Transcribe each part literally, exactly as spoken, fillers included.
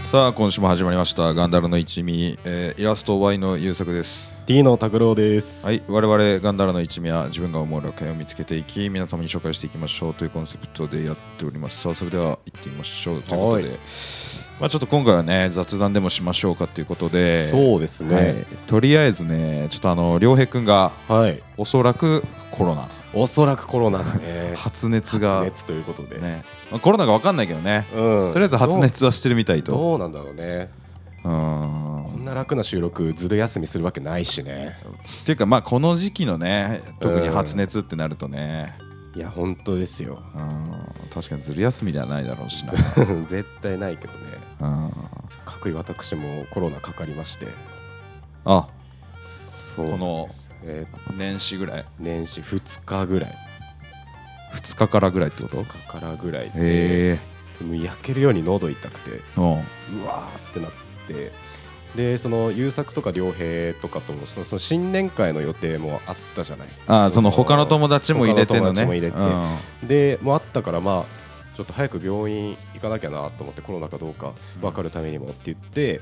さあ今週も始まりましたガンダルの一味、えー、イラスト Y の優作です。 D の拓郎です。 はい、我々ガンダルの一味は自分が思う楽園を見つけていき皆様に紹介していきましょうというコンセプトでやっております。さあそれでは行ってみましょうということで、まあ、ちょっと今回はね雑談でもしましょうかということで、 そうですね、はい、 とりあえずねちょっとあの良平くんが、 はい、 おそらくコロナおそらくコロナだね発熱が発熱ということで、 ね、まあ、コロナが分かんないけどね、うん、とりあえず発熱はしてるみたいと。 どうなんだろうね。うん、こんな楽な収録ずる休みするわけないしね。 っていうかまあこの時期のね特に発熱ってなるとね、 うん、いや本当ですよ、 うん、確かにずる休みではないだろうしな絶対ないけどね、うん、各位私もコロナかかりまして。 あ、 そうこのえー、年始ぐらい年始ふつかぐらいふつかからぐらいってこと？ ふつかからぐらいで、 えー、もう焼けるように喉痛くて、うわーってなって、でその優作とか良平とかとそのその新年会の予定もあったじゃない。 ああ、その他の友達も入れてのね。 他の友達も入れて、うん、でもうあったからまあちょっと早く病院行かなきゃなと思って、コロナかどうか分かるためにもって言って、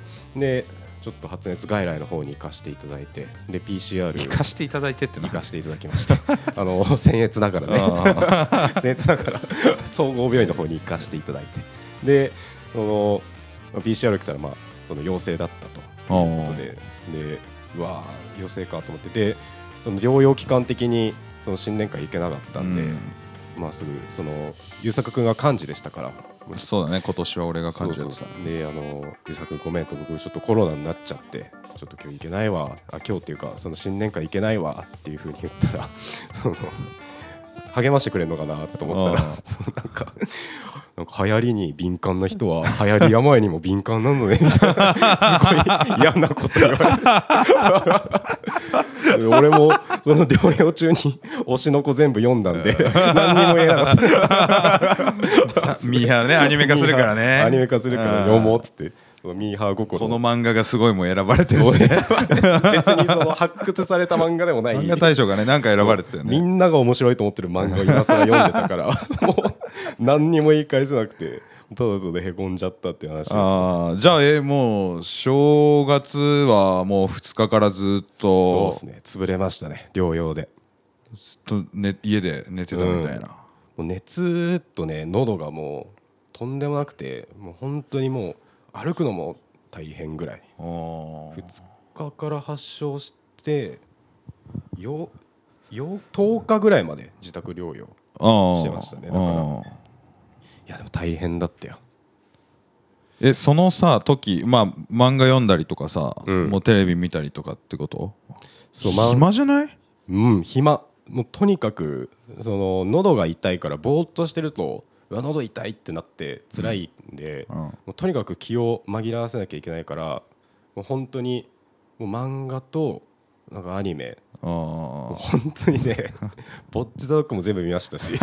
でちょっと発熱外来の方に行かせていただいて、で ピーシーアール行かせていただいてって行かせていただきましたあの僭越ながらね僭越ながら総合病院の方に行かせていただいて、でその ピーシーアール 来たらまあその陽性だったということで、でうわー陽性かと思って、でその療養期間的にその新年会行けなかったんで、うん、まあすぐその優作君が幹事でしたから。 そうだね、今年は俺が幹事だった。 そうそうそう、であの優作君ごめんと、僕ちょっとコロナになっちゃってちょっと今日行けないわ、あ今日っていうかその新年会行けないわっていう風に言ったらその励ましてくれるのかなと思ったらそのなんかなんか流行りに敏感な人は流行り病にも敏感なのねみたいなすごい嫌なこと言われて俺もその療養中に推しの子全部読んだんで何にも言えなかったミーハーね、アニメ化するからね、 アニメ化するから読もうっつってミーハー心、 この漫画がすごいも選ばれてるし、ね、 別にその発掘された漫画でもない、 漫画大賞がねなんか選ばれてたよね。 みんなが面白いと思ってる漫画を今更読んでたからもう何にも言い返せなくてただただへこんじゃったっていう話です、ね、 あじゃあえー、もう正月はもうふつかからずっとそうですね、潰れましたね、療養でずっと、ね、家で寝てたみたいな、うん、もう熱とね喉がもうとんでもなくて、もう本当にもう歩くのも大変ぐらい。ふつかから発症してよよとおかぐらいまで自宅療養してましたね。だからいやでも大変だったよ。 えそのさ時、まあ、漫画読んだりとかさ、うん、もうテレビ見たりとかってこと？そう、ま、暇じゃない？ うん暇。もうとにかくその喉が痛いからぼーっとしてるとうわ喉痛いってなって辛いんで、うんうん、もうとにかく気を紛らわせなきゃいけないから、もう本当にもう漫画となんかアニメ、本当にねボッチザロックも全部見ましたし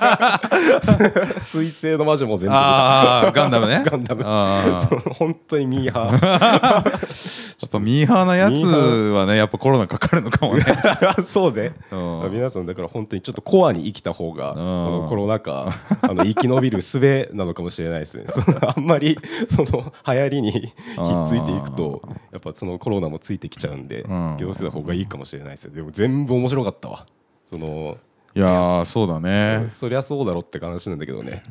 水星の魔女も全部見た。 ガンダムねガンダム本当にミーハーちょっとミーハーなやつはねやっぱコロナかかるのかもねそうね、皆さんだから本当にちょっとコアに生きた方がこのコロナ禍あの生き延びる術なのかもしれないですねそのあんまりその流行りにひっついていくとやっぱそのコロナもついてきちゃうんで気をつけた方がいいかもしれないですよ。でも全部面白かったわ。そのいやそうだね、 そりゃそうだろって話なんだけどね、うん、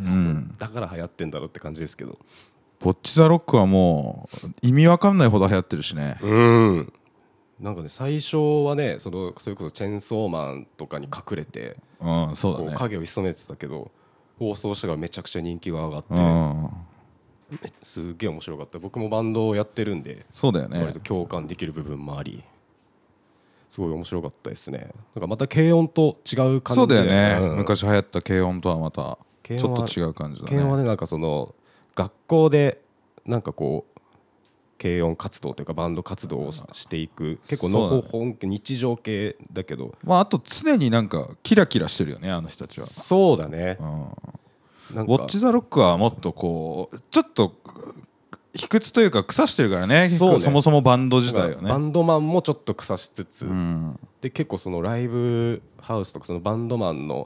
だから流行ってんだろって感じですけど、 ボッチザロックはもう意味わかんないほど流行ってるしね。 うんなんかね最初はねそのそれこそチェンソーマンとかに隠れて、 うんそうだね、 こう影を潜めてたけど放送してからめちゃくちゃ人気が上がって、うん、すっげえ面白かった。僕もバンドをやってるんでそうだよね、 割と共感できる部分もありすごい面白かったですね。なんかまた軽音と違う感じで、 そうだよね、うん、昔流行った軽音とはまたちょっと違う感じだね。 軽音はねなんかその学校でなんかこう軽音活動というかバンド活動をしていく結構のほほん日常系だけど、 まあ、あと常になんかキラキラしてるよねあの人たちは。 そうだね、うん、 ウォッチ・ザ・ロックはもっとこうちょっと卑屈というか腐してるから ね, そうねそもそもバンド自体はね。 バンドマンもちょっと腐しつつ、うん、で結構そのライブハウスとかそのバンドマンの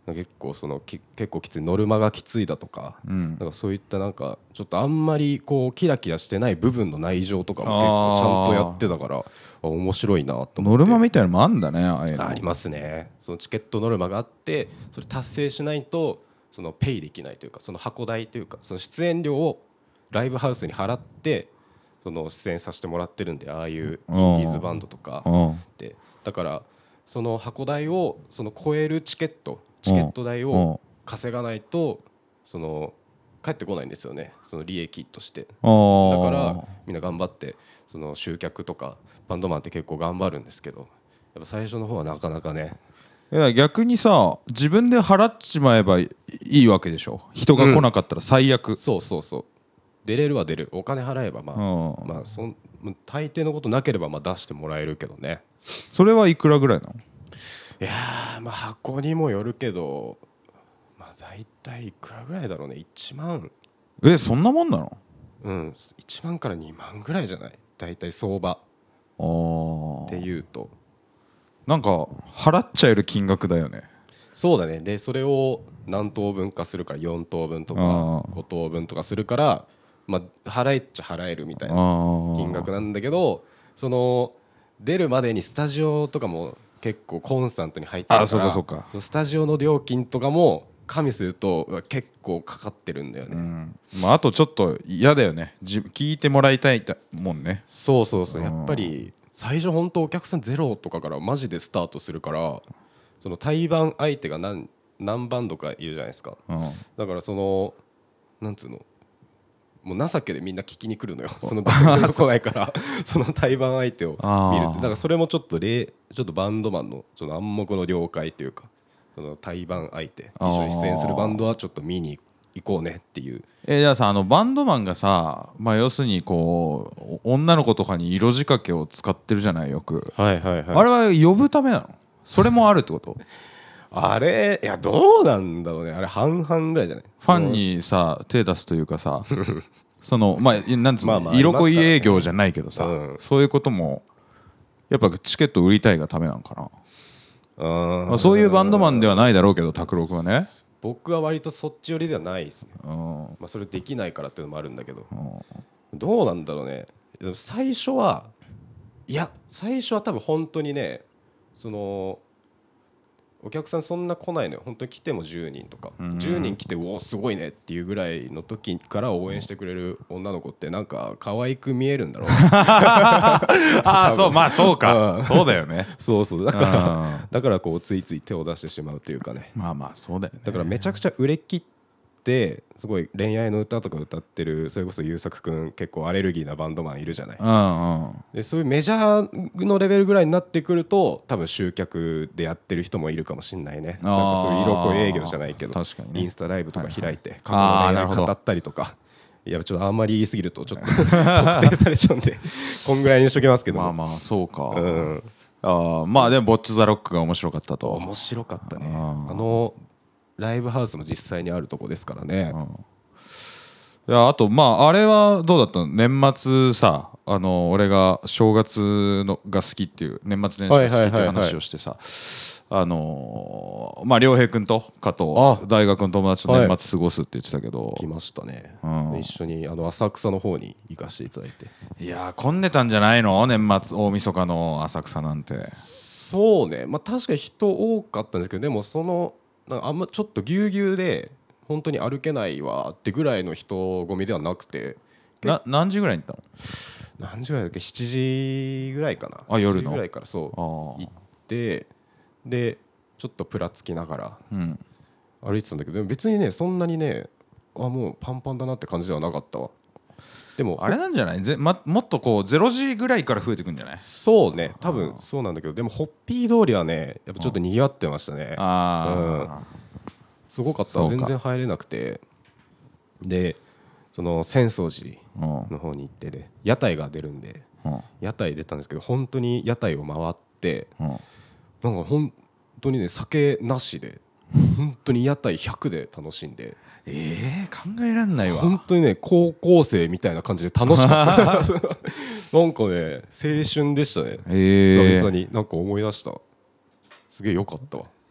結構そのき結構きついノルマがきついだとか、 うん、 なんかそういったなんかちょっとあんまりこうキラキラしてない部分の内情とかも結構ちゃんとやってたからあ面白いなと思って。 ノルマみたいなのもあんだね、ああいうの。 ありますね。そのチケットノルマがあってそれ達成しないとそのペイできないというか、その箱代というかその出演料をライブハウスに払ってその出演させてもらってるんで、ああいうインディーズバンドとかで、だからその箱代をその超えるチケットチケット代を稼がないとその返ってこないんですよね、その利益として。だからみんな頑張ってその集客とかバンドマンって結構頑張るんですけど、やっぱ最初の方はなかなかね。 いや逆にさ自分で払っちまえばいいわけでしょ、人が来なかったら最悪、 うん、そうそうそう、出れるは出れる、お金払えばまあ、まあそん大抵のことなければまあ出してもらえるけどね。 それはいくらぐらいなの？ いやーまあ箱にもよるけど、まあ大体いくらぐらいだろうね。いちまん。 えそんなもんなの？ うんいちまんからにまんぐらいじゃない、大体相場っていうと。 なんか払っちゃえる金額だよね。 そうだね。でそれを何等分かするからよん等分とかご等分とかするから、まあ払えっちゃ払えるみたいな金額なんだけど、その出るまでにスタジオとかも結構コンスタントに入ってるから、 あそうかそうか、 スタジオの料金とかも加味すると結構かかってるんだよね。 うんまあ、あとちょっと嫌だよね、聞いてもらいたいもんね。 そうそうそう、やっぱり最初本当お客さんゼロとかからマジでスタートするから、その対バン相手が 何, 何バンドかいるじゃないですか、うん、だからそのなんつうのもう情けでみんな聞きに来るのよその誰も来ないからその対バン相手を見るって、だからそれもちょっとちょっとバンドマンのその暗黙の了解というか、その対バン相手一緒に出演するバンドはちょっと見に行こうねっていう。 えじゃあさ、あのバンドマンがさ、まあ、要するにこう女の子とかに色仕掛けを使ってるじゃないよく、 はいはいはい、 あれは呼ぶためなの？それもあるってこと？ あれいやどうなんだろうね、あれ半々ぐらいじゃない？ ファンにさ手出すというかさそのまあなんつうの、まあまあ色恋営業じゃないけどさ、うん、そういうこともやっぱチケット売りたいがためなのかな。あ、まあ、そういうバンドマンではないだろうけど拓郎君はね。 僕は割とそっち寄りではないですね。まあそれできないからっていうのもあるんだけど、どうなんだろうね。最初はいや最初は多分本当にね、そのお客さんそんな来ないのよ。本当に来てもじゅうにんとか、じゅうにん来ておおすごいねっていうぐらいの時から応援してくれる女の子ってなんか可愛く見えるんだろうああそうまあそうか、うん、そうだよねそうそうだからだからこうついつい手を出してしまうというかね。 まあまあそうだよね。 だからめちゃくちゃ売れ切ってすごい恋愛の歌とか歌ってる、それこそ優作くん結構アレルギーなバンドマンいるじゃない、うんうん、でそういうメジャーのレベルぐらいになってくると多分集客でやってる人もいるかもしれないね。なんかそういう色恋営業じゃないけど、確かにね、インスタライブとか開いて過去の恋愛語ったりとか、いやちょっとあんまり言い過ぎるとちょっと特定されちゃうんでこんぐらいにしときますけど。 まあまあそうか、うん、あまあでもボッチザロックが面白かったと。 面白かったね。あのライブハウスも実際にあるとこですからね、うん、いやあとまああれはどうだったの？年末さ、あの俺が正月のが好きっていう年末年始が好きっていう話をしてさ、あのー、まあ良平君と加藤大学の友達と年末過ごすって言ってたけど、 はい、来ましたね、うん、一緒にあの浅草の方に行かせていただいて。 いや混んでたんじゃないの？年末大晦日の浅草なんて。 そうね、まあ確かに人多かったんですけど、でもそのなんかあんまちょっとぎゅうぎゅうで本当に歩けないわってぐらいの人混みではなくて。 な何時ぐらいに行ったの？何時ぐらいだっけ？しちじぐらいかな。 あ夜のしちじぐらいからそう行ってでちょっとプラつきながら歩いてたんだけど、でも別にねそんなにねあもうパンパンだなって感じではなかったわ。 でもあれなんじゃない？ぜ、ま、もっとこうゼロじぐらいから増えてくんじゃない？ そうね多分そうなんだけど、でもホッピー通りはねやっぱちょっとにぎわってましたね。あ、うん、すごかった。全然入れなくて、でその浅草寺の方に行ってで屋台が出るんで屋台出たんですけど、本当に屋台を回ってなんか本当にね酒なしで本当に屋台ひゃくで楽しんで、 えー、考えらんないわ。 本当にね高校生みたいな感じで楽しかったなんかね青春でしたね、えー、久々になんか思い出した。すげえよかったわ。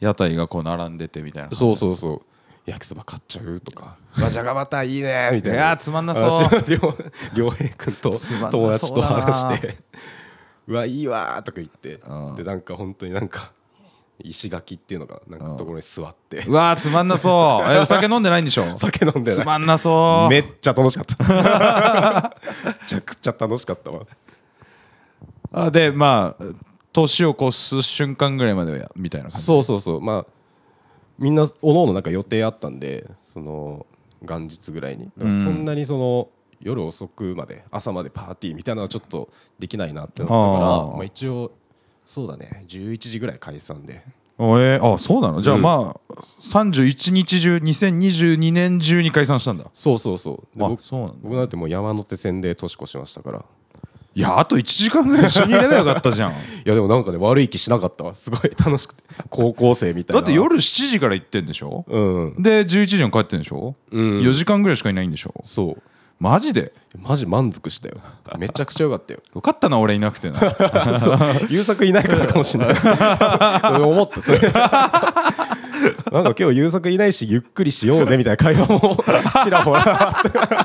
屋台がこう並んでてみたいな。 そうそうそう、焼きそば買っちゃうとか、わじゃがバターいいねみたいな。 いやーつまんなそう。 良平君と友達と話してうわいいわーとか言って、 うん、 でなんか本当になんか石垣っていうのがなんかところに座って、 うわーつまんなそう。え酒飲んでないんでしょ。 酒飲んでない。 つまんなそう。 めっちゃ楽しかっためちゃくちゃ楽しかったわ。 あでまあ年を越す瞬間ぐらいまではみたいな感じ。 そうそうそう、まあみんなおのおのなんか予定あったんで、その元日ぐらいにだからそんなにその、うん、夜遅くまで朝までパーティーみたいなのはちょっとできないなってなったから、まあ、一応そうだねじゅういちじぐらい解散で。 えー、あそうなの。じゃあまあ、うん、さんじゅういちにち中にせんにじゅうにねん中に解散したんだ。 そうそうそう。であ僕そうなんだ。 僕なんてもう山手線で年越しましたから。 いやあといちじかんぐらい一緒にいればよかったじゃんいやでもなんかね悪い気しなかったわ。すごい楽しくて高校生みたいな。 だって夜しちじから行ってんでしょ、 うん、 でじゅういちじに帰ってんでしょ、うん、よじかんぐらいしかいないんでしょ。 そうマジでマジ満足したよ。めちゃくちゃよかったよ。 よかったな俺いなくてなそう優作いないからかもしれない思ったそれなんか今日優作いないしゆっくりしようぜみたいな会話もちらほら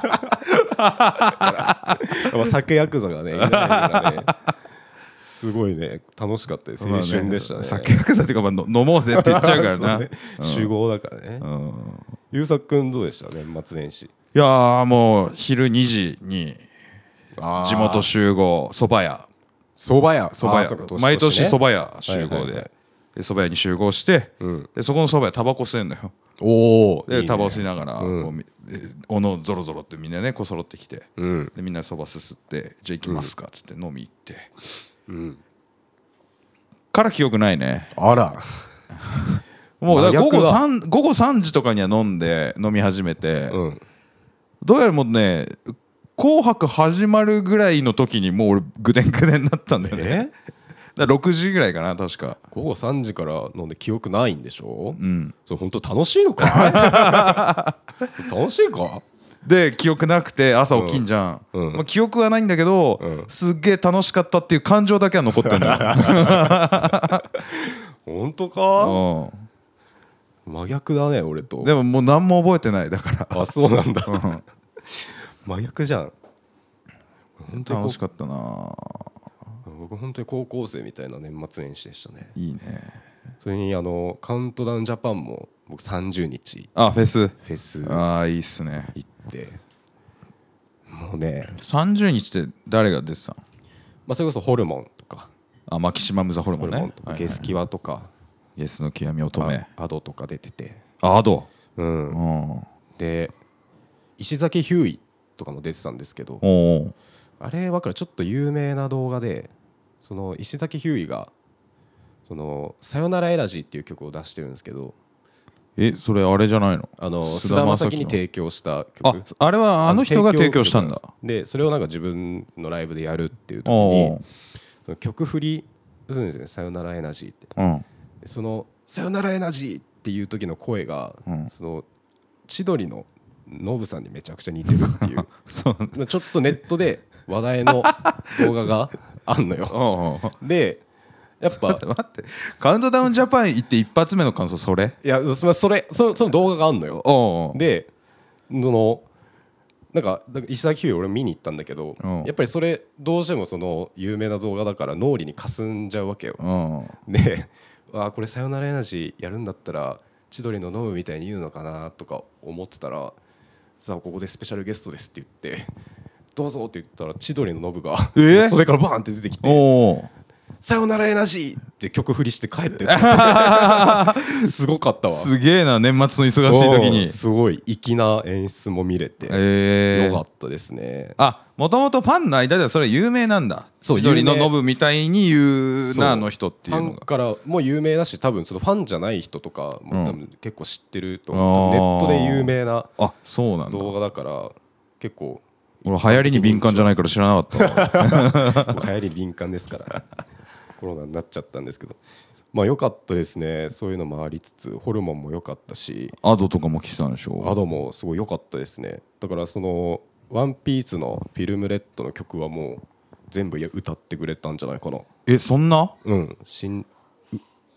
酒ヤクザがねいないからねすごいね楽しかったです。青春でしたね。 酒ヤクザっていうか、まあ、飲もうぜって言っちゃうからな、ねうん、集合だからね、うん、優作くんどうでした年末年始。 いやーもう昼にじに地元集合そば屋そば屋そば屋毎年そば屋集合でそば屋に集合して、うん、でそこのそば屋タバコ吸えんのよ。 おでタバコ吸いながら、うん、おのぞろぞろってみんなねこそろってきて、うん、でみんなそばすすってじゃあ行きますかっつって飲み行って、うん、から記憶ないね。 あらもうだから午後さん午後さんじとかには飲んで飲み始めて、うん、どうやらもうね紅白始まるぐらいの時にもう俺ぐでんぐでんになったんだよね。だろくじぐらいかな確か。 午後さんじから飲んで記憶ないんでしょ。 うん。 それ本当楽しいのか楽しいかで記憶なくて朝起きんじゃん、うんうんまあ、記憶はないんだけど、うん、すっげえ楽しかったっていう感情だけは残ってるんだよ本当か、うん、真逆だね俺と。 でももう何も覚えてないだからあそうなんだ、うん、真逆じゃん。 本当に楽しかったな。 僕本当に高校生みたいな年末年始でしたね。 いいね。 それにあのカウントダウンジャパンも僕さんじゅうにちあフェスフェスああいいっすね。 行ってもうねさんじゅうにちって誰が出てたの。 まあそれこそホルモンとかあマキシマムザホルモンね。ホルモンとかゲスキワとか、はいはい、 ゲスの極み乙女アドとか出ててあアドうん、うん、で石崎ひゅーいとかも出てたんですけどおあれ分かるちょっと有名な動画でその石崎ひゅーいがそのさよならエナジーっていう曲を出してるんですけどえそれあれじゃないのあの菅田将暉に提供した曲。 あ, あれはあの人が提供したんだ。 でそれをなんか自分のライブでやるっていう時に曲振りするんですねさよならエナジーって、うん、そのさよならエナジーっていう時の声が、うん、その千鳥のノブさんにめちゃくちゃ似てるっていうそうちょっとネットで話題の動画があんのよでやっぱ待って待ってカウントダウンジャパン行って一発目の感想それいやそれそのその動画があんのよ。おうおうでそのなんか石崎ひゅーい俺見に行ったんだけどやっぱりそれどうしてもその有名な動画だから脳裏にかすんじゃうわけよ。であこれさよならエナジーやるんだったら千鳥のノブみたいに言うのかなとか思ってたらさあここでスペシャルゲストですって言ってどうぞって言ったら千鳥のノブが、えー、それからバーンって出てきてさよならエナジーって曲振りして帰ってすごかったわ。 すげえな年末の忙しい時にすごい粋な演出も見れて、えー、よかったですね。 あもともとファンの間ではそれ有名なんだ。千鳥のノブみたいに言うなあの人っていうのがファンからも有名だし多分そのファンじゃない人とかも多分結構知ってると思う、うん、ネットで有名な動画だから結構俺流行りに敏感じゃないから知らなかった流行りに敏感ですからコロナになっちゃったんですけどまあ良かったですね。そういうのもありつつホルモンも良かったしアドとかも来てたんでしょ。 アドもすごい良かったですね。だからそのワンピースのフィルムレッドの曲はもう全部歌ってくれたんじゃないかな。 えそんなうん新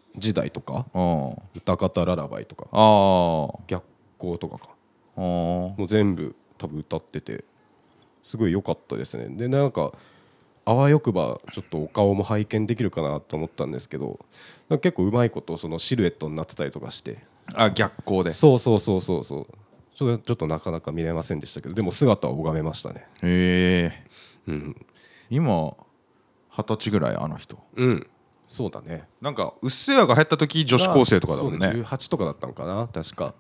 時代とかあ歌方ララバイとかあ逆光とかかあもう全部多分歌っててすごい良かったですね。でなんかあわよくばちょっとお顔も拝見できるかなと思ったんですけどなんか結構うまいことそのシルエットになってたりとかしてあ逆光でそうそうそうそうそうちょっとちょっとなかなか見れませんでしたけどでも姿は拝めましたね。 へえうん今二十歳ぐらいあの人うんそうだね。 なんかうっせぇわが入った時女子高生とかだもんそうじゅうねはちとかだったのかな確か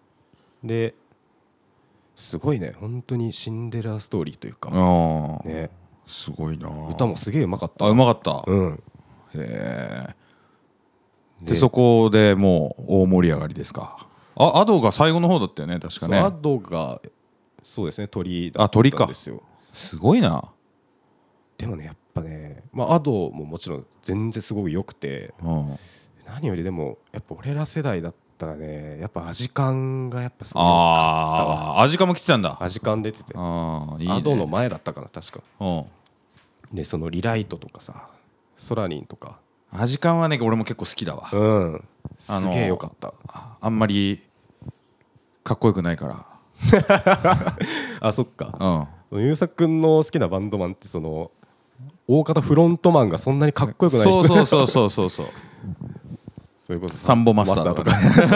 ですごいね本当にシンデレラストーリーというかああねすごいな歌もすげえうまかったあうまかったうんへえででそこでもう大盛り上がりですか。あアドが最後の方だったよね確かね。 そうアドがそうですね鳥だあ鳥かったんですよ。 すごいな。 でもねやっぱねまあアドももちろん全然すごく良くてうん何よりでもやっぱ俺ら世代だったらねやっぱアジカンがやっぱすごい良かったわ。 ああ味かも来てたんだ。 アジカン出ててああいいね。 アドの前だったかな確かうんでそのリライトとかさソラニンとか味感はね俺も結構好きだわ。 うんあのすげえ良かったあんまりかっこよくないかあそっから。うんゆうさくんの好きなバンドマンってその大方フロントマンがそんなにかっこよくない人そうそうそうそうそうそうそれこそサンボマスターとか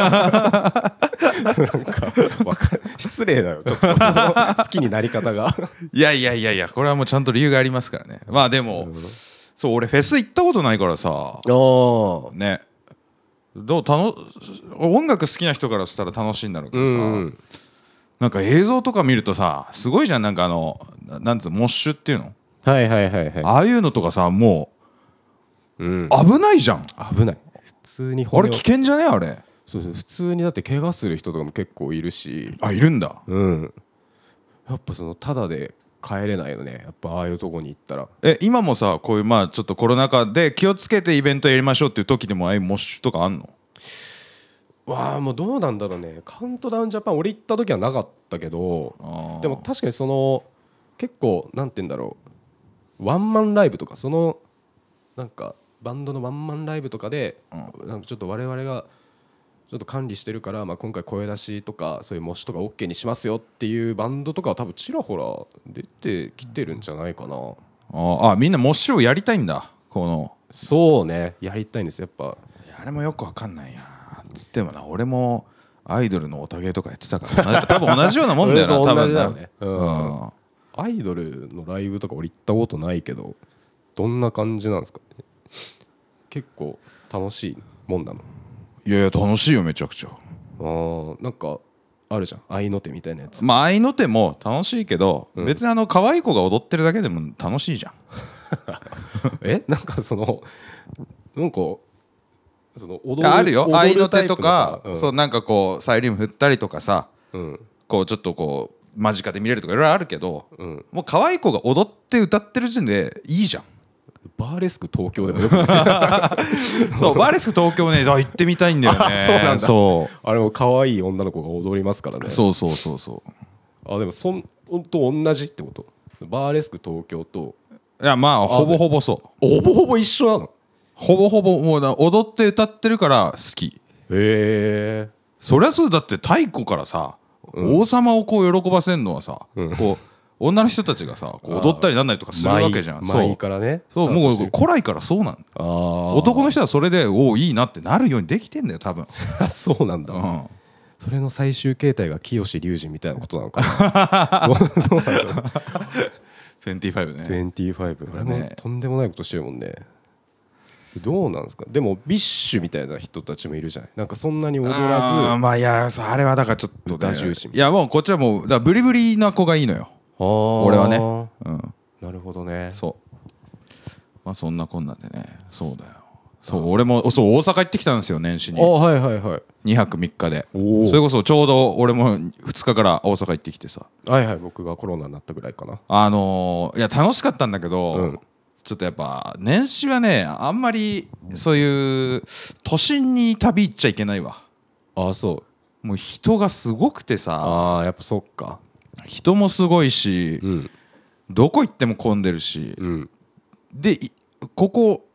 なんかわか失礼だよちょっと好きになり方がいやいやいやいやこれはもうちゃんと理由がありますからね。まあでも、 うんそう俺フェス行ったことないからさあねどうたの音楽好きな人からしたら楽しいんだろうけどさ、 うんなんか映像とか見るとさすごいじゃん。なんかあのなんつうのモッシュっていうのはいはいはいはいああいうのとかさもうんう危ないじゃん。 危ない普通にあ骨をれ危険じゃねあれ。 そうそう普通にだって怪我する人とかも結構いるしあいるんだ。 うんやっぱそのタダで帰れないよねやっぱああいうとこに行ったらえ今もさこういうまあちょっとコロナ禍で気をつけてイベントやりましょうっていう時でもああいうモッシュとかあんの。 わあもうどうなんだろうねカウントダウンジャパン俺行った時はなかったけどあーでも確かにその結構なんて言うんだろうワンマンライブとかそのなんかバンドのワンマンライブとかでなんかちょっと我々がちょっと管理してるから、まあ、今回声出しとかそういう模試とか OK にしますよっていうバンドとかは多分ちらほら出てきてるんじゃないかな。 あーあみんなモッシュをやりたいんだこの。 そうねやりたいんですやっぱ。 いやあれもよくわかんないやつってもな俺もアイドルのオタゲとかやってたから多分同じようなもんだよな多分な、 ねうん、アイドルのライブとか俺行ったことないけどどんな感じなんですかね。結構楽しいもんなの。 いやいや楽しいよめちゃくちゃ。 あーなんかあるじゃん合いの手みたいなやつ。 まあ合いの手も楽しいけど、 うん別にあの可愛い子が踊ってるだけでも楽しいじゃん。 えなんかそのなんかその踊いやあるよ合いの手タイプとか、 さそうなんかこうサイリウム振ったりとかさうんこうちょっとこう間近で見れるとかいろいろあるけど、 うんもう可愛い子が踊って歌ってる時点でいいじゃん。 バーレスク東京でもよくですよそうバーレスク東京ねあ行ってみたいんだよね。 あそうなんだそうあれも可愛い女の子が踊りますからね。 そうそうそうそうあでもそんと同じってこと。バーレスク東京といやまあほぼほぼそうほぼほぼ一緒なの。 ほぼほぼもうな踊って歌ってるから好き。 へえそりゃそうだって太鼓からさ、 うん王様をこう喜ばせるのはさ、 うんこう女の人たちがさこう踊ったりなんなりとかするわけじゃん。そう前からねそうもう古来からそうなんだ。 あ男の人はそれでおおいいなってなるようにできてんだよ多分。 あそうなんだ、 うんそれの最終形態が清志隆人みたいなことなのかなどうどうなんだろうにじゅうごね。 にじゅうごあれもねとんでもないことしてるもんね。どうなんですか。でもビッシュみたいな人たちもいるじゃないなんかそんなに踊らずあーまあいやそうあれはだからちょっと、ね、 歌重視みいやもうこっちはもうだからブリブリな子がいいのよ俺はね。うんなるほどね。 そうまあそんなこんなんでねそうだよそう俺もそう大阪行ってきたんですよ年始にあはいはいはいにはくみっかで。 おそれこそちょうど俺もふつかから大阪行ってきてさはいはい僕がコロナになったぐらいかな。 あのーいや楽しかったんだけど、 うんちょっとやっぱ年始はねあんまりそういう都心に旅行っちゃいけないわ。 あそうもう人がすごくてさあーやっぱそっか。 人もすごいし、 うんどこ行っても混んでるし、 うんでいここ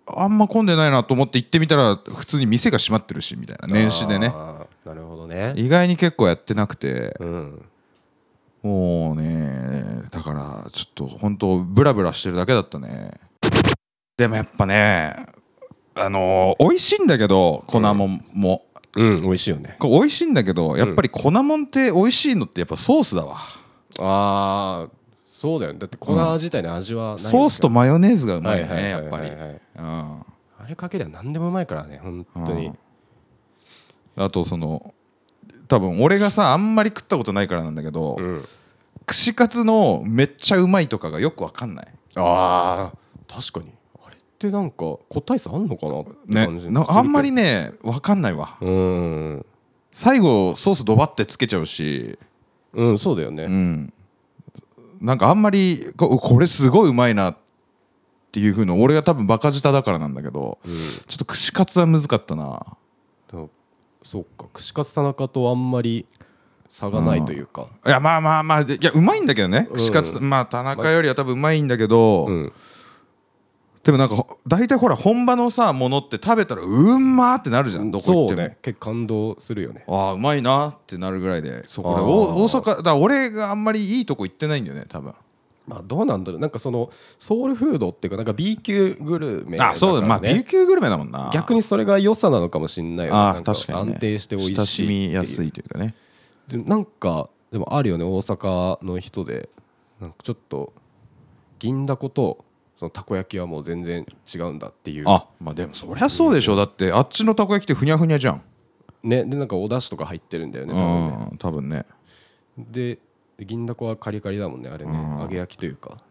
あんま混んでないなと思って行ってみたら普通に店が閉まってるしみたいな、年始でね。 なるほどね。 意外に結構やってなくて、 うん、 もうねだからちょっと本当ブラブラしてるだけだったね。でもやっぱねあのー、美味しいんだけど粉もんも、 うん、うん、美味しいよね。 これ美味しいんだけどやっぱり粉もんって美味しいのってやっぱソースだわ。 ああそうだよね。だって粉自体に味はない、うん、 ソースとマヨネーズがうまいよねやっぱり。 あれかけりゃ何でもうまいからね本当に。 あとその多分俺がさあんまり食ったことないからなんだけど、うん、串カツのめっちゃうまいとかがよくわかんない。 あー確かにあれってなんか個体差あんのかなって感じ、 ね、なあんまりねわかんないわ。うん最後ソースドバってつけちゃうし。 うんそうだよね、うん、 なんかあんまり こ, これすごいうまいなっていう風の俺が多分バカ舌だからなんだけど、うん、ちょっと串カツは難かったな。 そうか串カツ田中とあんまり差がないというか、 うん、いやまあまあまあいやうまいんだけどね、うん、串カツまあ田中よりは多分うまいんだけど、うん、でもなんか大体ほら本場のさものって食べたらうんまーってなるじゃん、どこ行っても。 そうね結構感動するよね。 ああうまいなってなるぐらいで、そこで大阪だから俺があんまりいいとこ行ってないんだよね多分。 まあどうなんだろう、なんかそのソウルフードっていうかなんか B 級グルメだから、ね、 あそうだ、まあ B 級グルメだもんな。 逆にそれが良さなのかもしれないよね。 あ確かに、ね、 安定して美味しい、親しみやすいというかね。 でなんかでもあるよね大阪の人でなんかちょっと銀だことそのたこ焼きはもう全然違うんだっていう。 あまあでもそりゃそうでしょ、だってあっちのたこ焼きってふにゃふにゃじゃんね。でなんかお出汁とか入ってるんだよね多分ね。 多分ね。 で銀だこはカリカリだもんねあれね、揚げ焼きというか。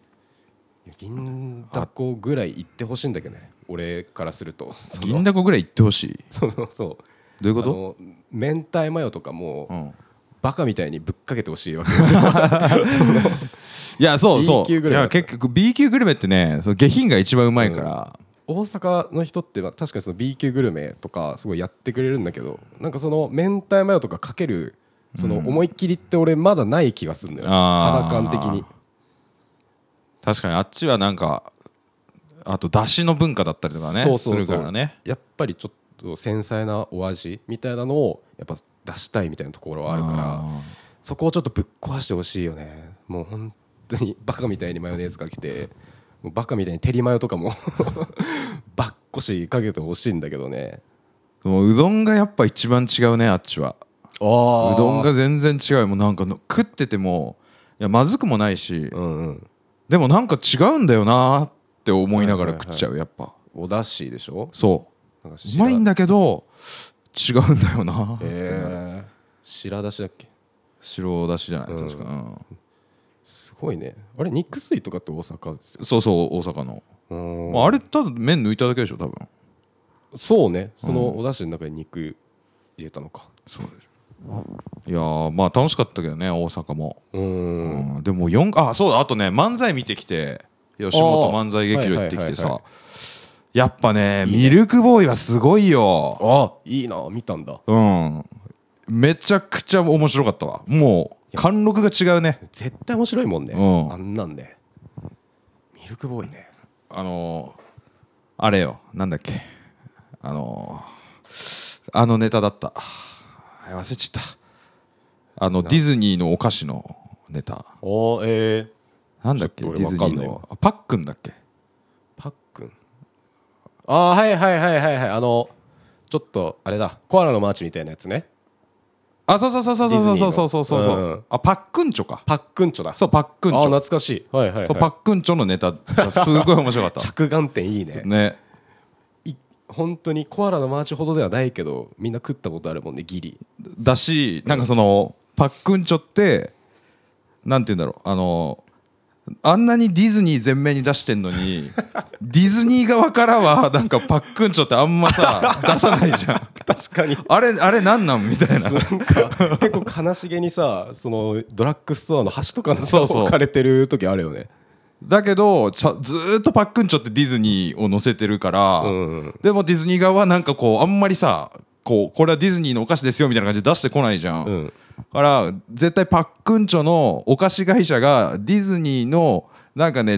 銀だこぐらい行ってほしいんだけどね俺からすると。 銀だこぐらい行ってほしい。 そうそうそう。 どういうこと？ 明太マヨとかも、うん、バカみたいにぶっかけてほしいわけいやそうそう B 級グルメ。 いや結局 B 級グルメってねその下品が一番うまいから、 うん、大阪の人って確かにその B 級グルメとかすごいやってくれるんだけど、なんかその明太マヨとかかけるその思いっきりって俺まだない気がするんだよ、うん、肌感的に。 確かにあっちはなんかあと出汁の文化だったりとかねそうそうそうするからね。 やっぱりちょっと繊細なお味みたいなのをやっぱ出したいみたいなところはあるから、そこをちょっとぶっ壊してほしいよね。もう本当にバカみたいにマヨネーズかけてもうバカみたいに照りマヨとかもばっこしかけてほしいんだけどね。 もううどんがやっぱ一番違うねあっちは。あうどんが全然違う。もうなんか食っててもいやまずくもないし、うんうん、でもなんか違うんだよなって思いながら食っちゃう、はいはいはい、やっぱおだしでしょ。 そううまいんだけど違うんだよなって、えー、 白だしだっけ。 白だしじゃない、うん、確か、うん、 すごいね。あれ肉水とかって大阪ですよ。 そうそう大阪の、まあ、あれただ麺抜いただけでしょ多分。 そうねそのおだしの中に肉入れたのか、 うん、そうでしょ。いやまあ楽しかったけどね大阪も。うん、うん、でもよんあそうだあとね漫才見てきて吉本漫才劇場行ってきてさ、はいはいはいはい、やっぱねいいねミルクボーイはすごいよ。 あいいな見たんだ。 うんめちゃくちゃ面白かったわ。もう貫禄が違うね。 絶対面白いもんね、うん、あんなんね。ミルクボーイね。 あのー、あれよなんだっけあのー、あのネタだった。忘れちゃった。あのディズニーのお菓子のネタ。 おえー、 なんだっけディズニーのパックンだっけ。 パックンああはいはいはいはいはいあのちょっとあれだコアラのマーチみたいなやつね。 あそうそうそうそうそうそうそうそうそうそう、うん、あパックンチョか。 パックンチョだ。 そうパックンチョ。 あ懐かしい、はいはいはい、 そうパックンチョのネタすごい面白かった着眼点いいね。 ね本当にコアラのマーチほどではないけどみんな食ったことあるもんねギリだし、なんかその、うん、パックンチョってなんて言うんだろうあのあんなにディズニー前面に出してんのにディズニー側からはなんかパックンチョってあんまさ出さないじゃん確かにあれあれなんなんみたいななんか結構悲しげにさそのドラッグストアの端とかのさ置かれてる時あるよね。 だけどちゃずーっとパックンチョってディズニーを載せてるから、うんうん、でもディズニー側はなんかこうあんまりさこうこれはディズニーのお菓子ですよみたいな感じで出してこないじゃん、うん、だから絶対パックンチョのお菓子会社がディズニーのなんかね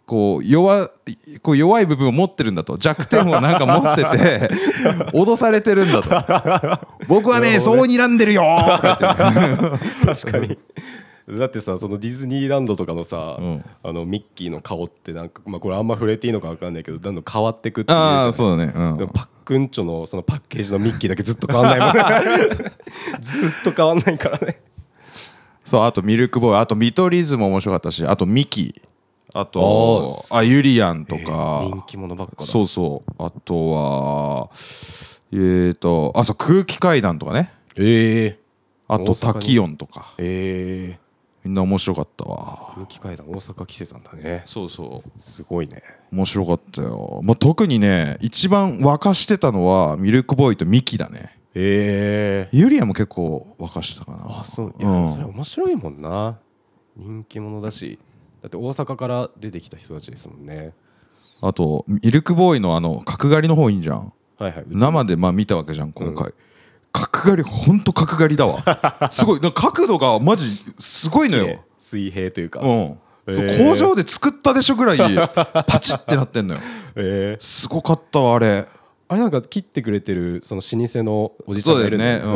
こう 弱, こう弱い部分を持ってるんだと、弱点をなんか持ってて脅されてるんだと僕は ね, ねそう睨んでるよー確かにだってさ、そのディズニーランドとかのさ、うん、あのミッキーの顔ってなんか、まあ、これあんま触れていいのか分かんないけど、どんどん変わってくっていうじゃない。 あそうだね、うん、 でもパックンチョのそのパッケージのミッキーだけずっと変わんないもんねずっと変わんないからね。 そう、あとミルクボーイ、あと見取り図も面白かったし、あとミキ、あとあユリアンとか、えー、人気者ばっかだ。 そうそう、あとはえーとあそう空気階段とかね、 えー、 あとタキヨンとか、 えーみんな面白かったわ。 空気階段大阪来てたんだね。 そうそう、 すごいね、 面白かったよ。まあ、特にね一番沸かしてたのはミルクボーイとミキだね。 えー、 ユリアンも結構沸かしてたかな。 あそう、いや、うん、それ面白いもんな、人気者だし、だって大阪から出てきた人たちですもんね。 あとミルクボーイのあの角刈りの方いいんじゃん、 はいはい、 生でまあ見たわけじゃん今回、うん、角刈りほんと角刈りだわすごい角度がマジすごいのよ。 水平というか、 うん、えー、そう工場で作ったでしょぐらいパチってなってんのよ、えー、すごかったわあれ。 あれなんか切ってくれてるその老舗のおじちゃんがいるんだよね、うん、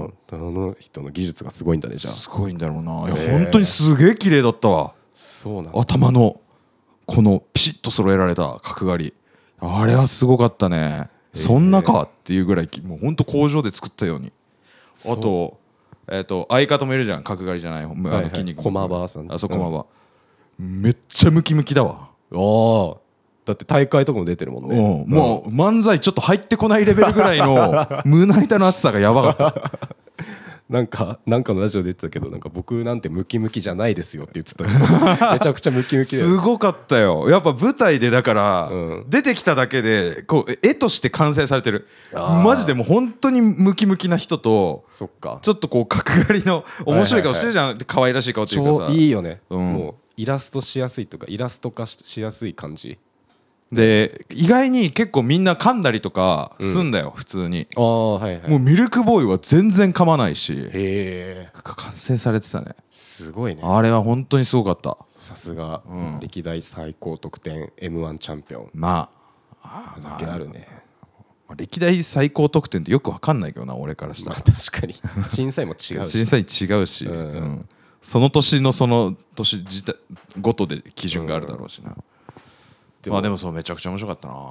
あの人の技術がすごいんだね。じゃあすごいんだろうな、いや、えー、本当にすげえ綺麗だったわ。 そうなんだ。 頭のこのピシッと揃えられた角刈り、あれはすごかったね、えー、そんなかっていうぐらいもう本当工場で作ったように。あと、えー、と相方もいるじゃん、角刈りじゃない、あの筋肉、 駒場さん、 あそう駒場、うん、めっちゃムキムキだわ。 ああ、だって大会とかも出てるもんね、 うん、もう漫才ちょっと入ってこないレベルぐらいの胸板の厚さがやばかったなんかなんかのラジオで言ってたけど、なんか僕なんてムキムキじゃないですよって言ってたけどめちゃくちゃムキムキだよ。 すごかったよ。やっぱ舞台でだから、うん、出てきただけでこう絵として完成されてる。マジでもう本当にムキムキな人と、 そっか、 ちょっとこう角刈りの面白い顔してるじゃん、はいはいはい、可愛らしい顔っていうかさ、 超いいよね、うん、もうイラストしやすいとかイラスト化しやすい感じで、意外に結構みんな噛んだりとかすんだよ、うん、普通に。 あ、はいはい、 もうミルクボーイは全然噛まないし、 へー、 完成されてたね。 すごいね、 あれは本当にすごかった。 さすが、うん、歴代最高得点 エムワン チャンピオン、 まあだけあるね。 歴代最高得点ってよく分かんないけどな、俺からしたら、 まあ、確かに審査員も違うし審査員違うし、うんうん、その年のその年自体ごとで基準があるだろうしな、うん、でもまあでもそうめちゃくちゃ面白かったなあ。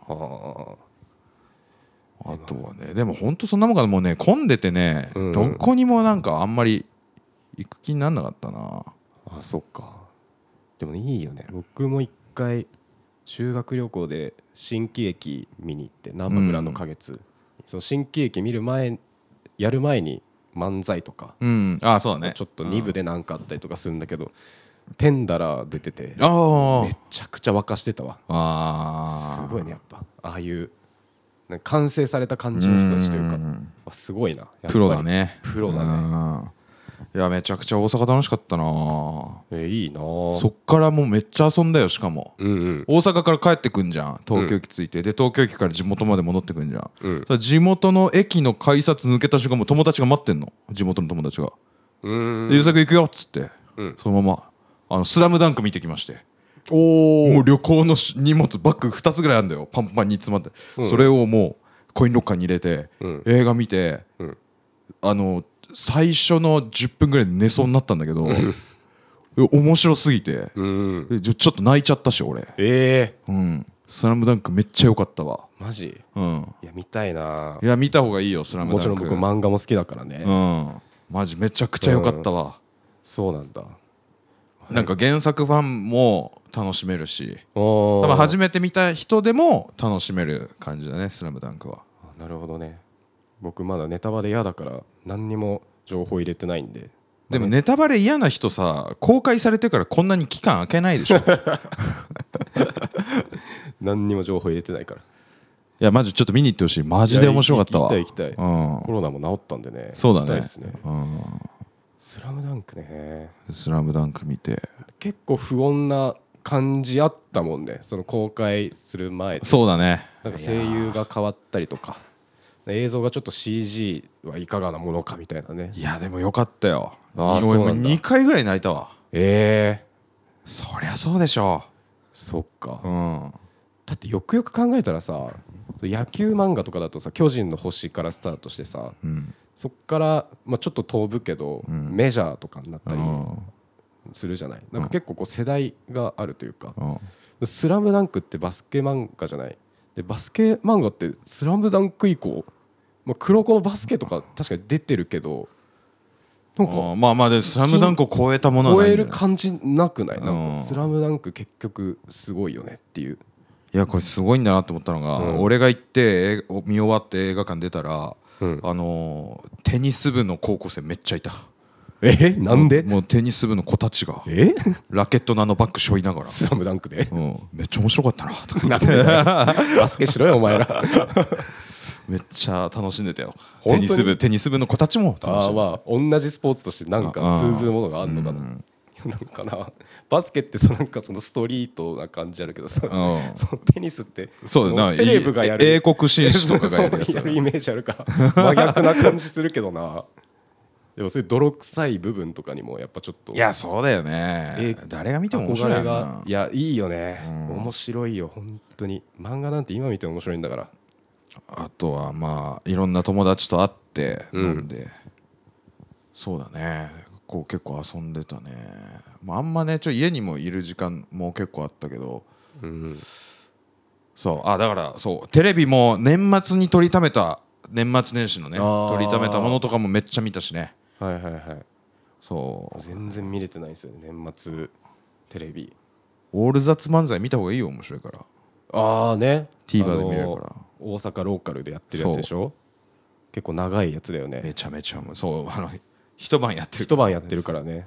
あとはね、でも本当そんなもんかな、もうね混んでてね、うん、どこにもなんかあんまり行く気になんなかったな。 あ、そっか。でもいいよね。僕も一回修学旅行で新喜劇見に行って、難波グランド花月、うん、その新喜劇見る前やる前に漫才とか、 うん、あ、そうだね、 ちょっとに部で何かあったりとかするんだけど、テンダラー出ててあめちゃくちゃ沸かしてたわ。 あ、 すごいね、やっぱああいうなんか完成された感じの人たちというか、うすごいな、 プロだね、 プロだね。 いやめちゃくちゃ大阪楽しかったな。 えー、いいな。 そっからもうめっちゃ遊んだよ。しかも、うんうん、大阪から帰ってくんじゃん、東京駅着いて、うん、で東京駅から地元まで戻ってくんじゃん、うん、地元の駅の改札抜けた瞬間もう友達が待ってんの、地元の友達が。うんで、ゆうさく行くよっつって、うん、そのままあのスラムダンク見てきまして、おもう旅行の荷物バッグふたつぐらいあるんだよ、パンパンに詰まって、うん、それをもうコインロッカーに入れて、うん、映画見て、うん、あの最初のじゅっぷんぐらいで寝そうになったんだけど、面白すぎて、うん、ちょっと泣いちゃったし俺。 えーうん、スラムダンクめっちゃ良かったわ。 マジ、 うん、 いや見たいな。 いや見た方がいいよスラムダンク。 もちろん僕漫画も好きだからね、 うん、マジめちゃくちゃ良かったわ、うん、 そうなんだ。 なんか原作ファンも楽しめるし、多分初めて見た人でも楽しめる感じだね、スラムダンクは。 なるほどね。僕まだネタバレ嫌だから何にも情報入れてないんで。 でもネタバレ嫌な人さ、公開されてからこんなに期間空けないでしょ何にも情報入れてないから。いやマジちょっと見に行ってほしい。マジで面白かったわ。 行きたい行きたい、うん、コロナも治ったんでね。 そうだね、 行きたいですね、 うん、 スラムダンクね。 スラムダンク見て結構不穏な感じあったもんね、その公開する前。 そうだね、 なんか声優が変わったりとか映像がちょっと シージー はいかがなものかみたいなね。 いやでもよかったよ。 あ、そうなんだ。 にかいぐらい泣いたわ。 ええー、 そりゃそうでしょ。 そっか、 うん、 だってよくよく考えたらさ野球漫画とかだとさ巨人の星からスタートしてさ、 うん、 そっから、まあ、ちょっと飛ぶけど、うん、メジャーとかになったりするじゃない、なんか結構こう世代があるというか、うん、スラムダンクってバスケ漫画じゃない。でバスケ漫画ってスラムダンク以降、まあ、黒子のバスケとか確かに出てるけど、なんかまあまあでスラムダンクを超えたものはないんだよね。 超える感じなくない？なんかスラムダンク結局すごいよねっていう。 いやこれすごいんだなと思ったのが、うん、俺が行って見終わって映画館出たら、うん、あのテニス部の高校生めっちゃいた。 えなんで？ もうテニス部の子たちがえラケットのあのバッグ背負いながらスラムダンクで、 うん、めっちゃ面白かったなとかなんでバスケしろよお前らめっちゃ楽しんでたよ。テニス部テニス部の子たちも楽しんでた。 あ、まあ同じスポーツとしてなんか通ずるものがあるのかな、うん、なんかなバスケってそなんかそのストリートな感じあるけどさ、うん、そのテニスってそうだな、 セレブがやる英国紳士とかがやるやつやるイメージあるから真逆な感じするけどな。でもそういう泥臭い部分とかにもやっぱちょっと、 いやそうだよね、え誰が見ても面白いな。 憧れがいやいいよね、うん、面白いよ本当に。漫画なんて今見ても面白いんだから。 あとはまあいろんな友達と会って飲んで、うん、そうだねこう結構遊んでたね。まあ、あんまねちょ家にもいる時間も結構あったけど、うん、そうあだからそうテレビも年末に撮りためた年末年始のね撮りためたものとかもめっちゃ見たしね。 はいはいはい。 そう全然見れてないですよね年末テレビ。 オール雑漫才見た方がいいよ面白いから。 ああね TVer で見れるから。 大阪ローカルでやってるやつでしょ。結構長いやつだよね。 めちゃめちゃそうあの一晩やってる一晩やってるからね。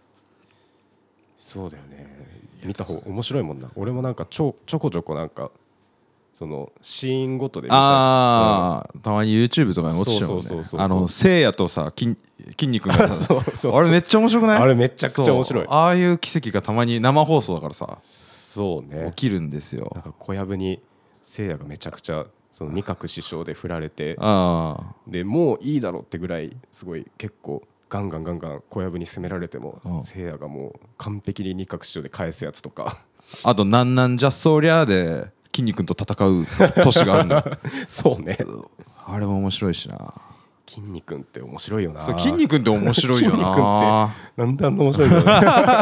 そうだよね見た方面白いもんな。俺もなんかちょちょこちょこなんかそのシーンごとで見たり、 あ、うん、たまに YouTube とかに落ちちゃうもんね。あのせいやとさ筋肉がそうそうそうあれめっちゃ面白くない？ あれめちゃくちゃ面白い。 ああいう奇跡がたまに生放送だからさそうね起きるんですよ。 なんか小籔にせいやがめちゃくちゃその二角師匠で振られて、 あでもういいだろうってぐらいすごい結構ガンガンガンガン小籔に攻められてもせいやがもう完璧に二角師匠で返すやつとか、 あとなんなんじゃそりゃで筋肉と戦う年があるんだそうねあれも面白いしな。 筋肉って面白いよな。 そう筋肉って面白いよな。筋肉ってなんであんな面白いんだろう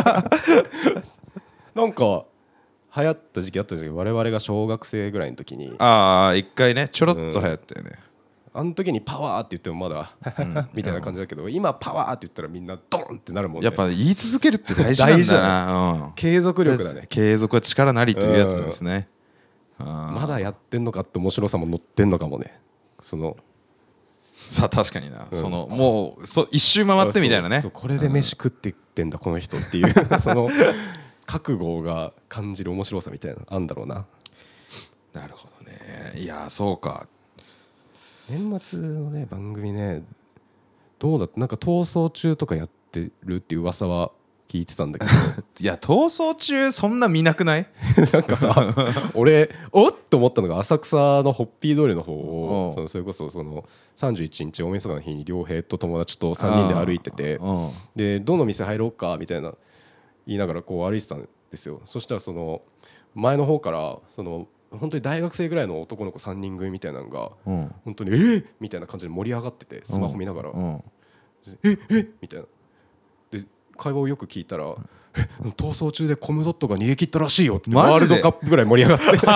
なんか流行った時期あったんですけど我々が小学生ぐらいの時にああ一回ねちょろっと流行ったよね、 うん、あの時にパワーって言ってもまだみたいな感じだけど、今パワーって言ったらみんなドンってなるもんね。 やっぱ言い続けるって大事なんだな、うん、 継続力だね。 継続は力なりというやつですね、 うん、まだやってんのかって面白さも乗ってんのかもね。そのさあ確かにな、うん、そのもうそ一周回ってみたいなね。 そうそうこれで飯食ってってんだこの人っていうその覚悟が感じる面白さみたいなのあんだろうな。 なるほどね。いやそうか年末のね番組ねどうだってなんか逃走中とかやってるっていう噂は聞いてたんだけどいや逃走中そんな見なくないなんかさ俺おっと思ったのが浅草のホッピー通りの方をそのそれこそそのさんじゅういちにち大晦日の日に良平と友達とさんにんで歩いててでどの店入ろうかみたいな言いながらこう歩いてたんですよ。そしたらその前の方からその本当に大学生ぐらいの男の子さんにん組みたいなのが本当にえーみたいな感じで盛り上がっててスマホ見ながらええみたいなで会話をよく聞いたらえ逃走中でコムドットが逃げ切ったらしいよってワールドカップぐらい盛り上がって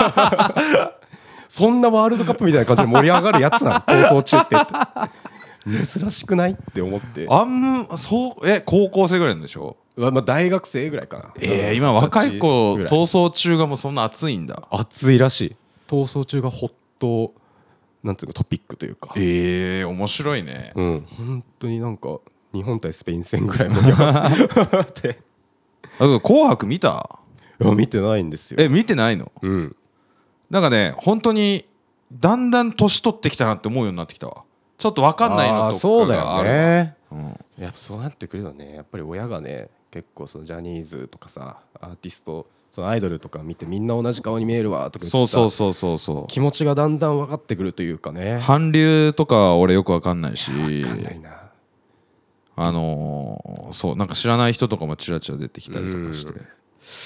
そんなワールドカップみたいな感じで盛り上がるやつなの逃走中って珍しくないって思って。 あんそうえ高校生ぐらいなんでしょ。 まあ大学生ぐらいかな。 えー、今若い子逃走中がもうそんな熱いんだ。 熱いらしい。逃走中がホットなんていうかトピックというか。 えー、面白いね。 うん、本当になんか日本対スペイン戦ぐらい盛り上がってあと紅白見た？ いや見てないんですよ。 え見てないの？ うん。 なんかね本当にだんだん年取ってきたなって思うようになってきたわ。ちょっと分かんないのとかがある。 そうだよね、 うん、 やっぱそうなってくるよね。やっぱり親がね結構そのジャニーズとかさアーティストそのアイドルとか見てみんな同じ顔に見えるわとか言ってそうそうそうそうそう気持ちがだんだん分かってくるというかね。 韓流とか俺よく分かんないし分かんないな。 あのー、そうなんか知らない人とかもチラチラ出てきたりとかして、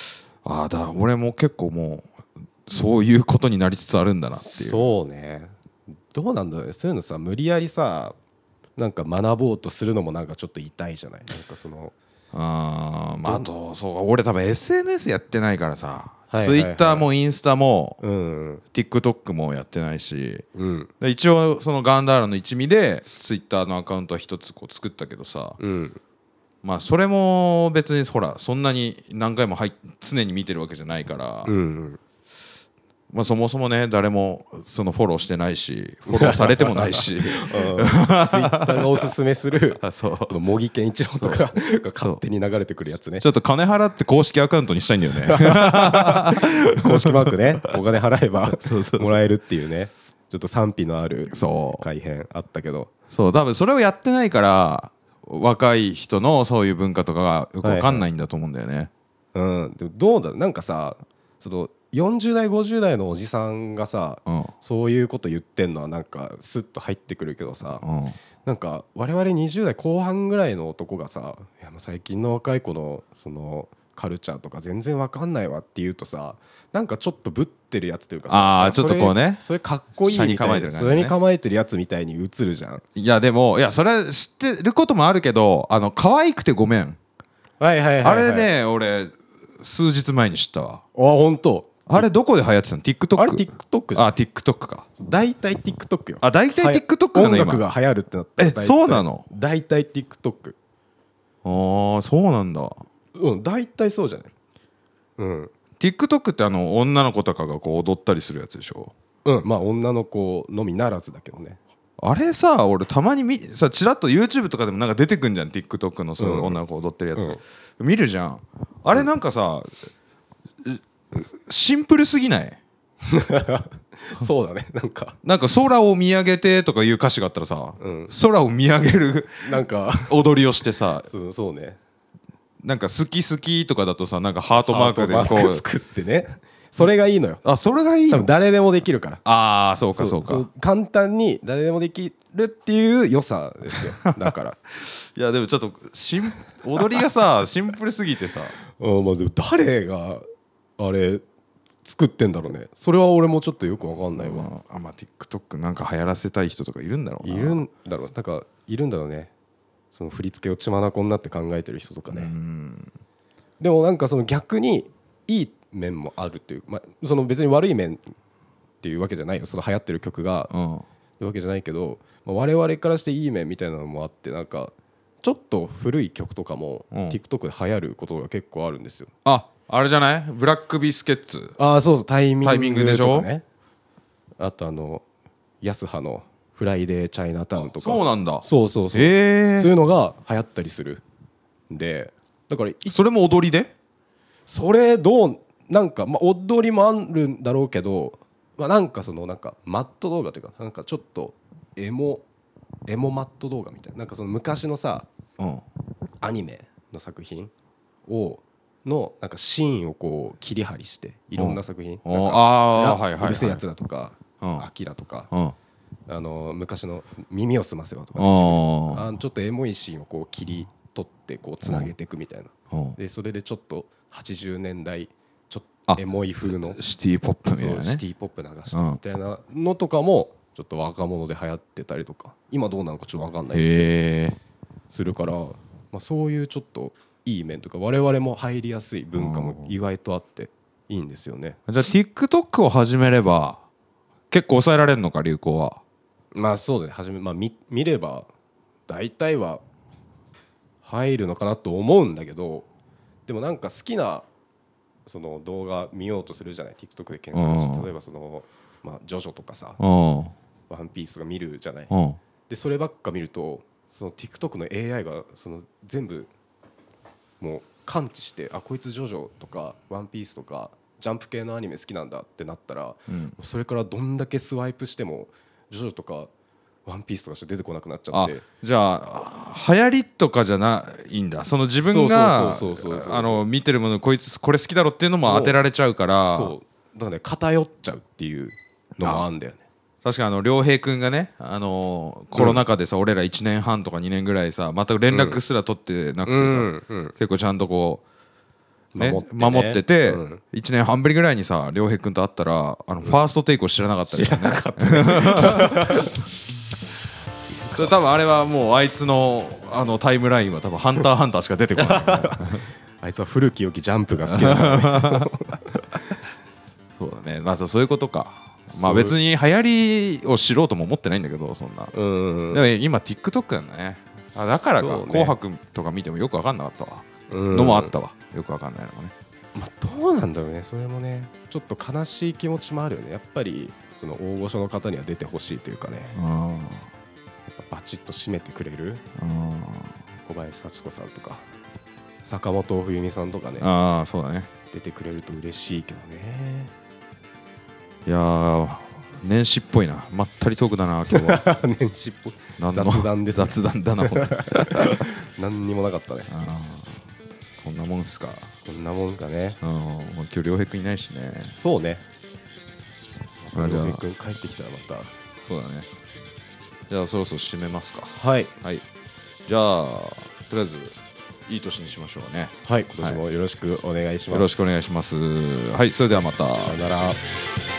ああだ俺も結構もうそういうことになりつつあるんだなっていう。 そうね、どうなんだろうね、そういうのさ無理やりさなんか学ぼうとするのもなんかちょっと痛いじゃない。なんかそのあまああとそう俺多分 エスエヌエス やってないからさ、 はいはいはい、 ツイッターもインスタも、 うん、 TikTok もやってないし、 うん、 で一応そのガンダーラの一味でツイッターのアカウントは一つこう作ったけどさ、 うん、 まあそれも別にほらそんなに何回も入っ常に見てるわけじゃないから、 うんうんまあ、そもそもね誰もそのフォローしてないしフォローされてもないしツイッターがおすすめするあそう茂木健一郎とかが勝手に流れてくるやつね。 ちょっと金払って公式アカウントにしたいんだよね公式マークね、お金払えばそうそうそうもらえるっていうね、ちょっと賛否のあるそう改変あったけど、 そう多分それをやってないから若い人のそういう文化とかがよく分かんないんだと思うんだよね、 はいはい、うん、でもどうだろう、なんかさそのよんじゅう代ごじゅう代のおじさんがさ、 うんそういうこと言ってんのはなんかスッと入ってくるけどさ、 うん、 なんか我々にじゅう代後半ぐらいの男がさ、いやもう最近の若い子のそのカルチャーとか全然わかんないわって言うとさ、なんかちょっとぶってるやつというかさ、 あーちょっとこうねそれかっこいいみたいな、 車に構えてる感じねそれに構えてるやつみたいに映るじゃん。 いやでもいやそれは知ってることもあるけどあの可愛くてごめん、 はいはいはい、はい、 あれね俺数日前に知ったわ。 あ本当。 あれどこで流行ってたの？ TikTok？ あれ TikTok じゃん。 あ TikTok か。 大体 TikTok よ。 あ大体 TikTok だね今。 音楽が流行るってなったらえそうなの？ 大体 TikTok。 ああそうなんだ。 うん大体そうじゃない。うん TikTok ってあの女の子とかがこう踊ったりするやつでしょ。 うんまあ女の子のみならずだけどね。 あれさ俺たまにみさチラッと YouTube とかでもなんか出てくんじゃん TikTok のそういう女の子踊ってるやつ、うん、見るじゃん。あれなんかさ、うん、シンプルすぎない？ そうだね、なんかなんか空を見上げてとかいう歌詞があったらさ、うん、空を見上げるなんか踊りをしてさそうそうね、 なんか好き好きとかだとさなんかハートマークでこう作ってね、それがいいのよ。 あそれがいいの？ 多分誰でもできるから。 ああそうかそうか、 そう簡単に誰でもできるっていう良さですよ。だからいやでもちょっとしん踊りがさシンプルすぎてさあ、まあ、でも誰があれ作ってんだろうね。それは俺もちょっとよく分かんないわ。 あ、まあ、TikTok なんか流行らせたい人とかいるんだろうな。 いるんだろう、なんかいるんだろうね、その振り付けを血眼になって考えてる人とかね。うんでもなんかその逆にいい面もあるという、まあ、その別に悪い面っていうわけじゃないよ、その流行ってる曲が、うん、ってわけじゃないけど、まあ、我々からしていい面みたいなのもあって、なんかちょっと古い曲とかも TikTok で流行ることが結構あるんですよ。 ああれじゃない？ブラックビスケッツ。 ああそうそう、タイミングとかね。 タイミングでしょ。 あとあの安葉のフライデーチャイナタウンとか。 そうなんだ。 そうそうそう、 へー、 そういうのが流行ったりするんで、だからそれも踊りで？ それどうなんか、まあ、踊りもあるんだろうけど、まあ、なんかそのなんかマット動画というか、なんかちょっとエモエモマット動画みたいな、なんかその昔のさ、うん、アニメの作品をのなんかシーンをこう切り張りしていろんな作品、うん、なんかあ、はいはいはい、うるせえやつらとか、アキラとか、うん、あの昔の耳をすませばとか、あちょっとエモいシーンをこう切り取ってこうつなげていくみたいな、うん、でそれでちょっとはちじゅうねんだいちょっとエモい風のシティポップみたいなね、 シティポップ流してみたいなのとかもちょっと若者で流行ってたりとか、今どうなのかちょっと分かんないですけどするから、まあ、そういうちょっといい面とか我々も入りやすい文化も意外とあっていいんですよね。 じゃあ TikTok を始めれば結構抑えられるのか、流行は。 まあそうだね、始め、まあ、見, 見れば大体は入るのかなと思うんだけど、でもなんか好きなその動画見ようとするじゃない、 TikTok で検索して、例えばその、まあ、ジョジョとかさ、ワンピースが見るじゃない。でそればっか見るとその TikTok の エーアイ がその全部もう感知して、あこいつジョジョとかワンピースとかジャンプ系のアニメ好きなんだってなったら、うん、それからどんだけスワイプしてもジョジョとかワンピースとかしか出てこなくなっちゃって。 じゃあ流行りとかじゃないんだ、その自分が見てるもの、こいつこれ好きだろっていうのも当てられちゃうから、 そうだからね、偏っちゃうっていうのもあるんだよね。 確かにあの良平君がね、あのコロナ禍でさ、うん、俺らいちねんはんとかにねんぐらいさ全く連絡すら取ってなくてさ、うんうん、結構ちゃんとこうね守ってね守ってて、 うん、 いちねんはんぶりぐらいにさ良平君と会ったらあのファーストテイクを知らなかったり、ね、 知らなかったね多分あれはもうあいつのあのタイムラインは多分ハンターハンターしか出てこないあいつは古き良きジャンプが好きだからねそうだね、まあそういうことか。まあ別に流行りを知ろうとも思ってないんだけど、そんな。 うんでも今 TikTok だね。あだからか、 そうね、 紅白とか見てもよく分かんなかったわ。 うんのもあったわ。よく分かんないのもね。 まあどうなんだろうね、それもね、ちょっと悲しい気持ちもあるよね。やっぱりその大御所の方には出てほしいというかね、やっぱバチッと締めてくれる小林幸子さんとか坂本冬美さんとかね、 ああそうだね、 出てくれると嬉しいけどね。 いやー年始っぽいな、まったりトークだな今日は年始っぽい何の雑談ですね。 雑談だな本当何にもなかったね。 あこんなもんっすか。 こんなもんかね。 うん、もう今日良平君いないしね。 そうね。 あじゃあ良平君帰ってきたらまた。 そうだね。じゃあそろそろ締めますか。 はいはいじゃあとりあえずいい年にしましょうね。 はい、今年もよろしくお願いします。 よろしくお願いします。はいそれではまた。 さよなら。